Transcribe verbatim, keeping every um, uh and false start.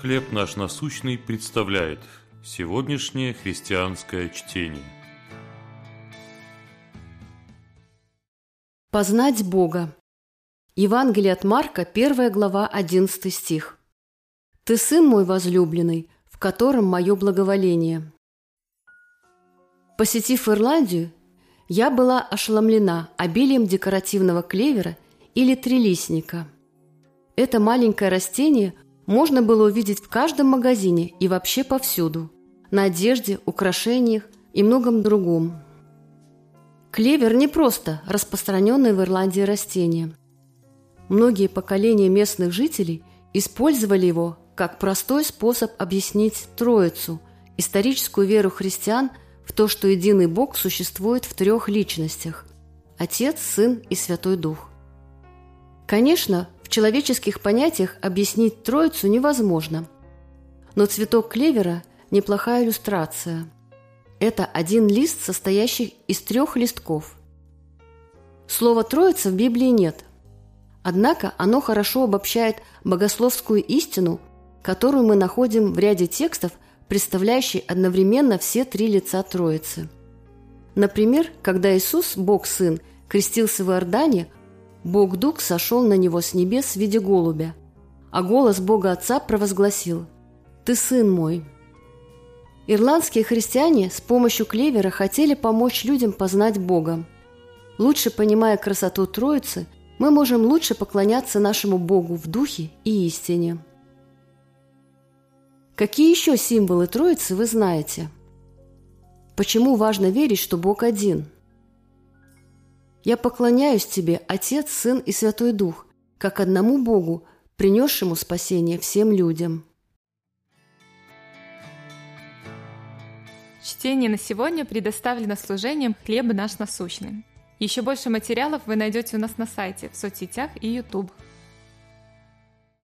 «Хлеб наш насущный» представляет сегодняшнее христианское чтение. Познать Бога. Евангелие от Марка, первая глава, одиннадцатый стих. «Ты сын мой возлюбленный, в котором мое благоволение». Посетив Ирландию, я была ошеломлена обилием декоративного клевера или трилистника. Это маленькое растение можно было увидеть в каждом магазине и вообще повсюду, на одежде, украшениях и многом другом. Клевер не просто распространенное в Ирландии растение. Многие поколения местных жителей использовали его как простой способ объяснить Троицу, историческую веру христиан в то, что единый Бог существует в трех личностях – Отец, Сын и Святой Дух. Конечно, в человеческих понятиях объяснить Троицу невозможно, но цветок клевера – неплохая иллюстрация. Это один лист, состоящий из трех листков. Слова «Троица» в Библии нет, однако оно хорошо обобщает богословскую истину, которую мы находим в ряде текстов, представляющий одновременно все три лица Троицы. Например, когда Иисус, Бог-Сын, крестился в Иордане, Бог-Дух сошел на него с небес в виде голубя, а голос Бога Отца провозгласил: «Ты Сын мой». Ирландские христиане с помощью клевера хотели помочь людям познать Бога. Лучше понимая красоту Троицы, мы можем лучше поклоняться нашему Богу в духе и истине. Какие еще символы Троицы вы знаете? Почему важно верить, что Бог один? «Я поклоняюсь Тебе, Отец, Сын и Святой Дух, как одному Богу, принесшему спасение всем людям». Чтение на сегодня предоставлено служением «Хлеб наш насущный». Еще больше материалов вы найдете у нас на сайте, в соцсетях и YouTube.